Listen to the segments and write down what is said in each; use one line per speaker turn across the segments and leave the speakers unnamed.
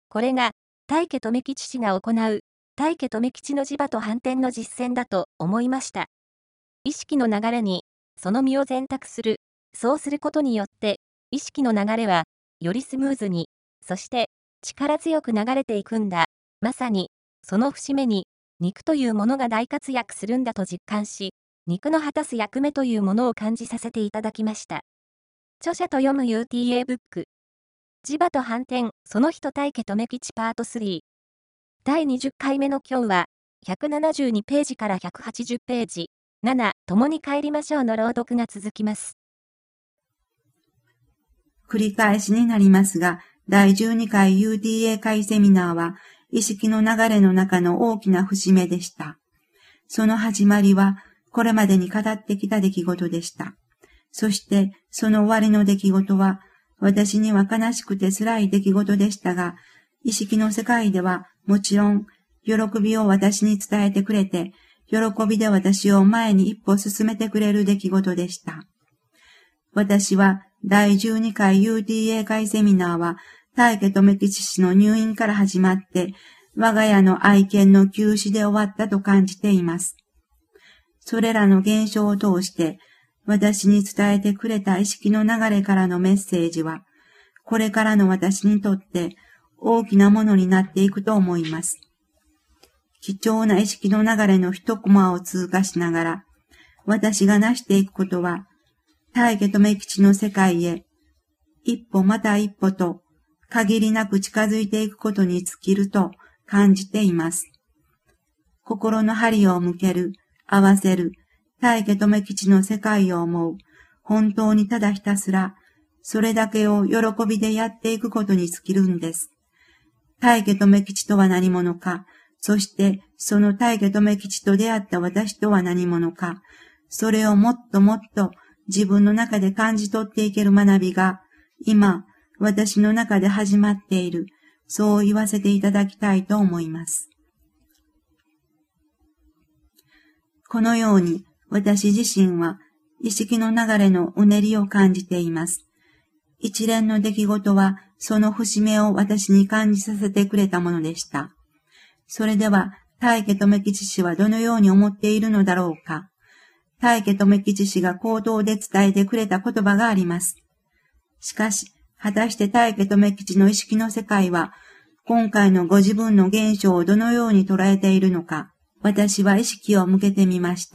これが、大家留吉氏が行う、大家留吉の磁場と反転の実践だと思いました。意識の流れに、その身を選択する。そうすることによって、意識の流れは、よりスムーズに、そして、力強く流れていくんだ。まさに、その節目に、肉というものが大活躍するんだと実感し、肉の果たす役目というものを感じさせていただきました。著者と読む UTA ブック。磁場と反転、その人大家留吉パート3。第20回目の今日は、172ページから180ページ、7、共に帰りましょうの朗読が続きます。
繰り返しになりますが、第12回 UTA 会セミナーは、意識の流れの中の大きな節目でした。その始まりは、これまでに語ってきた出来事でした。そして、その終わりの出来事は、私には悲しくて辛い出来事でしたが、意識の世界では、もちろん、喜びを私に伝えてくれて、喜びで私を前に一歩進めてくれる出来事でした。私は、第12回 UTA 会セミナーは、大家留吉氏の入院から始まって、我が家の愛犬の急死で終わったと感じています。それらの現象を通して、私に伝えてくれた意識の流れからのメッセージは、これからの私にとって大きなものになっていくと思います。貴重な意識の流れの一コマを通過しながら、私が成していくことは、大家留吉の世界へ、一歩また一歩と、限りなく近づいていくことに尽きると感じています。心の針を向ける、合わせる、大家留吉の世界を思う、本当にただひたすら、それだけを喜びでやっていくことに尽きるんです。大家留吉とは何者か、そしてその大家留吉と出会った私とは何者か、それをもっともっと自分の中で感じ取っていける学びが、今、私の中で始まっている、そう言わせていただきたいと思います。このように、私自身は、意識の流れのうねりを感じています。一連の出来事は、その節目を私に感じさせてくれたものでした。それでは、大家留吉氏はどのように思っているのだろうか。大家留吉氏が口頭で伝えてくれた言葉があります。しかし、果たして大家留吉の意識の世界は、今回のご自分の現象をどのように捉えているのか、私は意識を向けてみました。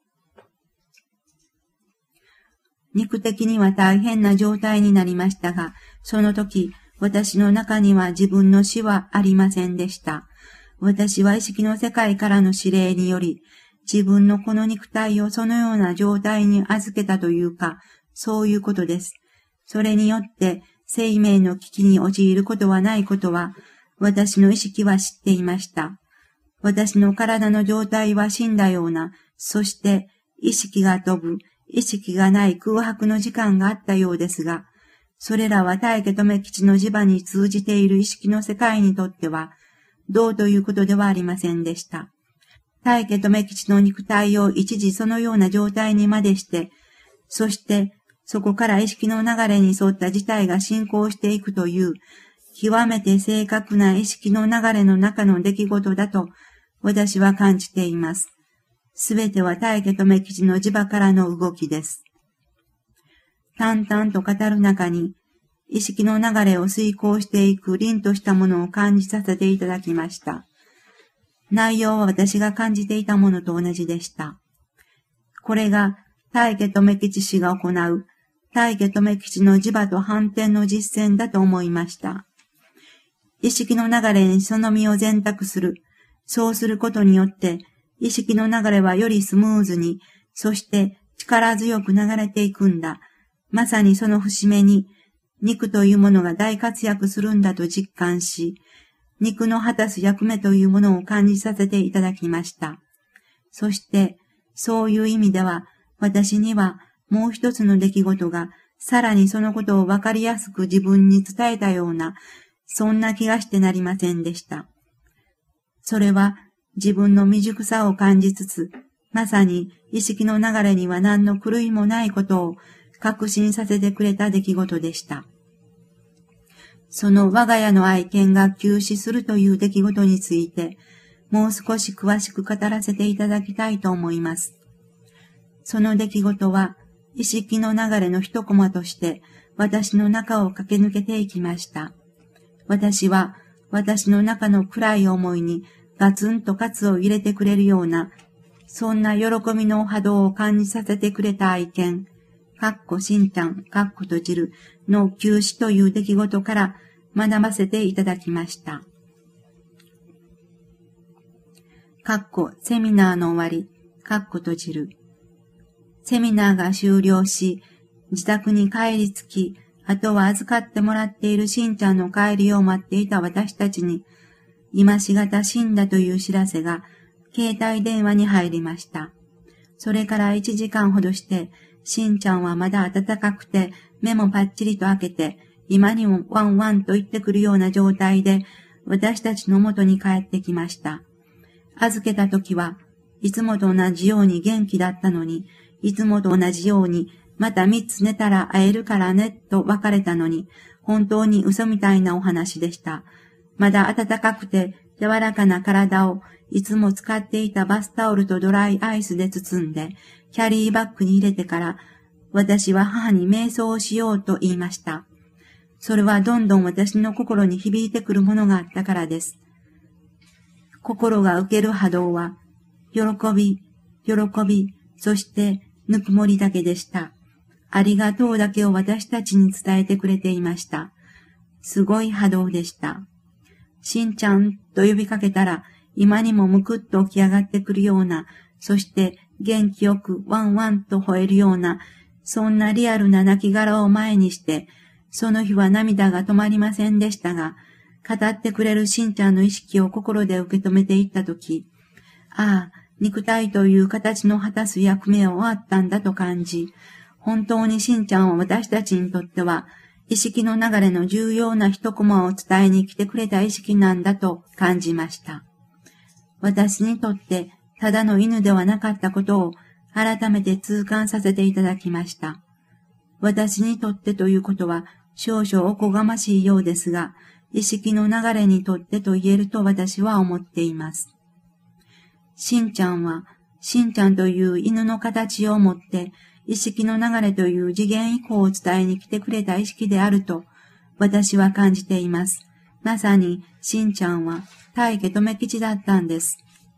肉的には大変な状態になりましたが、その時、私の中には自分の死はありませんでした。私は意識の世界からの指令により、自分のこの肉体をそのような状態に預けたというか、そういうことです。それによって生命の危機に陥ることはないことは、私の意識は知っていました。私の体の状態は死んだような、そして意識が飛ぶ、意識がない空白の時間があったようですが、それらは大家留吉の磁場に通じている意識の世界にとっては、どうということではありませんでした。大家留吉の肉体を一時そのような状態にまでして、そしてそこから意識の流れに沿った事態が進行していくという、極めて正確な意識の流れの中の出来事だと、私は感じています。すべては大家留吉の磁場からの動きです。淡々と語る中に、意識の流れを遂行していく凛としたものを感じさせていただきました。内容は私が感じていたものと同じでした。これが大家留吉氏が行う大家留吉の磁場と反転の実践だと思いました。意識の流れにその身を選択する。そうすることによって、意識の流れはよりスムーズに、そして力強く流れていくんだ。まさにその節目に、肉というものが大活躍するんだと実感し、肉の果たす役目というものを感じさせていただきました。そして、そういう意味では、私にはもう一つの出来事が、さらにそのことをわかりやすく自分に伝えたような、そんな気がしてなりませんでした。それは自分の未熟さを感じつつ、まさに意識の流れには何の狂いもないことを確信させてくれた出来事でした。 その我が家の愛犬が急死するという出来事について、もう少し詳しく語らせていただきたいと思います。その出来事は、意識の流れの一コマとして、私の中を駆け抜けていきました。私は、私の中の暗い思いにガツンと喝を入れてくれるような、そんな喜びの波動を感じさせてくれた愛犬、しんちゃん、閉じるの急死という出来事から学ばせていただきました。セミナーの終わり、閉じる。セミナーが終了し、自宅に帰り着き、あとは預かってもらっているしんちゃんの帰りを待っていた私たちに、今しがた死んだという知らせが、携帯電話に入りました。それから1時間ほどして、しんちゃんはまだ暖かくて、目もパッチリと開けて、今にもワンワンと言ってくるような状態で、私たちの元に帰ってきました。預けた時はいつもと同じように元気だったのに、いつもと同じように、また3つ寝たら会えるからね、と別れたのに、本当に嘘みたいなお話でした。まだ暖かくて柔らかな体を、いつも使っていたバスタオルとドライアイスで包んで、キャリーバッグに入れてから、私は母に瞑想をしようと言いました。それはどんどん私の心に響いてくるものがあったからです。心が受ける波動は、喜び、そしてぬくもりだけでした。ありがとうだけを私たちに伝えてくれていました。すごい波動でした。しんちゃんと呼びかけたら、今にもむくっと起き上がってくるような、そして元気よくワンワンと吠えるような、そんなリアルな亡骸を前にして、その日は涙が止まりませんでしたが、語ってくれるしんちゃんの意識を心で受け止めていったとき、ああ、肉体という形の果たす役目を終わったんだと感じ、本当にしんちゃんは私たちにとっては、意識の流れの重要な一コマを伝えに来てくれた意識なんだと感じました。私にとってただの犬ではなかったことを改めて痛感させていただきました。私にとってということは少々おこがましいようですが、意識の流れにとってと言えると私は思っています。しんちゃんは、しんちゃんという犬の形を持って、意識の流れという次元以降を伝えに来てくれた意識であると、私は感じています。まさに、しんちゃんは、大家留吉だったんです。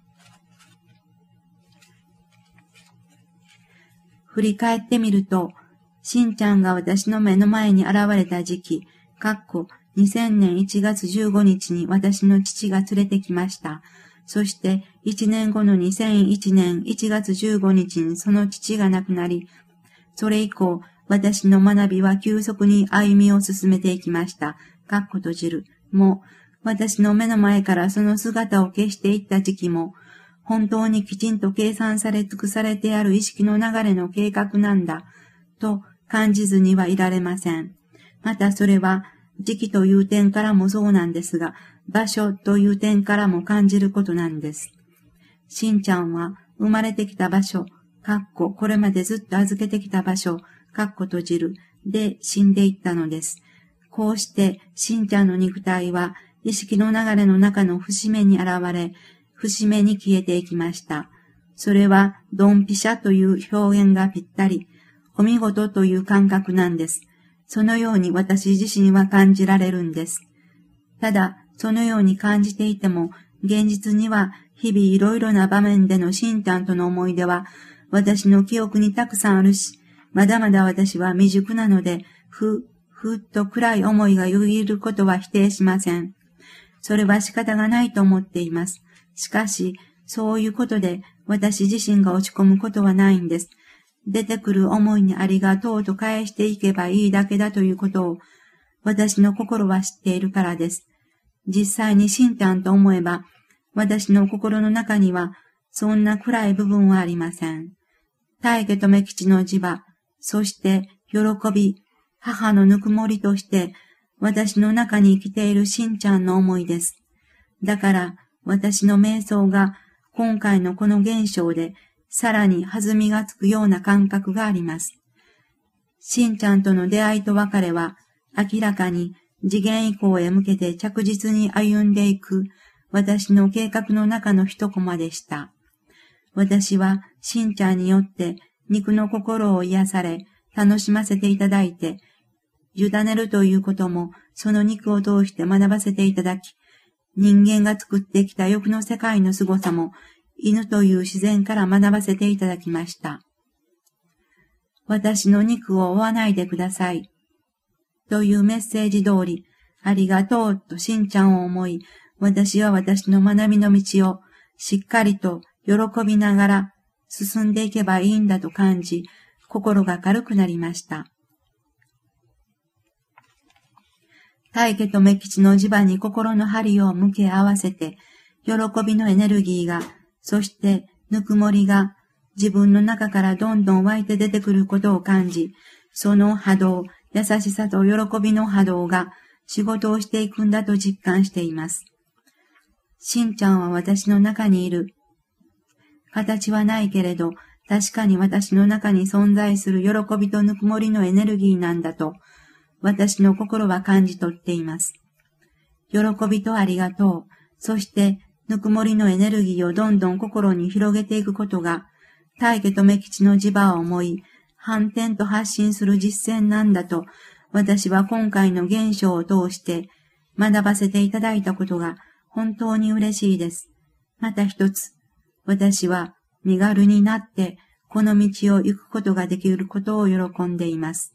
振り返ってみると、しんちゃんが私の目の前に現れた時期、2000年1月15日に私の父が連れてきました。そして1年後の2001年1月15日にその父が亡くなり、それ以降私の学びは急速に歩みを進めていきました。閉じる。も私の目の前からその姿を消していった時期も、本当にきちんと計算され尽くされてある意識の流れの計画なんだ、と感じずにはいられません。またそれは時期という点からもそうなんですが、場所という点からも感じることなんです。しんちゃんは生まれてきた場所、これまでずっと預けてきた場所、閉じる、で死んでいったのです。こうしてしんちゃんの肉体は意識の流れの中の節目に現れ、節目に消えていきました。それはドンピシャという表現がぴったり、お見事という感覚なんです。そのように私自身は感じられるんです。ただ、そのように感じていても、現実には日々いろいろな場面でのしんちゃんとの思い出は、私の記憶にたくさんあるし、まだまだ私は未熟なので、ふっと暗い思いがよぎることは否定しません。それは仕方がないと思っています。しかし、そういうことで私自身が落ち込むことはないんです。出てくる思いにありがとうと返していけばいいだけだということを、私の心は知っているからです。実際にしんちゃんと思えば、私の心の中には、そんな暗い部分はありません。大家留吉の磁場、そして喜び、母のぬくもりとして、私の中に生きているしんちゃんの思いです。だから、私の瞑想が、今回のこの現象で、さらに弾みがつくような感覚があります。しんちゃんとの出会いと別れは、明らかに次元以降へ向けて着実に歩んでいく私の計画の中の一コマでした。私はしんちゃんによって肉の心を癒され、楽しませていただいて、委ねるということもその肉を通して学ばせていただき、人間が作ってきた欲の世界の凄さも犬という自然から学ばせていただきました。私の肉を追わないでください。というメッセージ通り、ありがとうとしんちゃんを思い、私は私の学びの道をしっかりと喜びながら進んでいけばいいんだと感じ、心が軽くなりました。大家と目吉の磁場に心の針を向け合わせて、喜びのエネルギーが、そしてぬくもりが自分の中からどんどん湧いて出てくることを感じ、その波動、優しさと喜びの波動が仕事をしていくんだと実感しています。しんちゃんは私の中にいる。形はないけれど、確かに私の中に存在する喜びとぬくもりのエネルギーなんだと、私の心は感じ取っています。喜びとありがとう、そしてぬくもりのエネルギーをどんどん心に広げていくことが、大家と目吉の磁場を思い、反転と発信する実践なんだと、私は今回の現象を通して学ばせていただいたことが本当に嬉しいです。また一つ、私は身軽になってこの道を行くことができることを喜んでいます。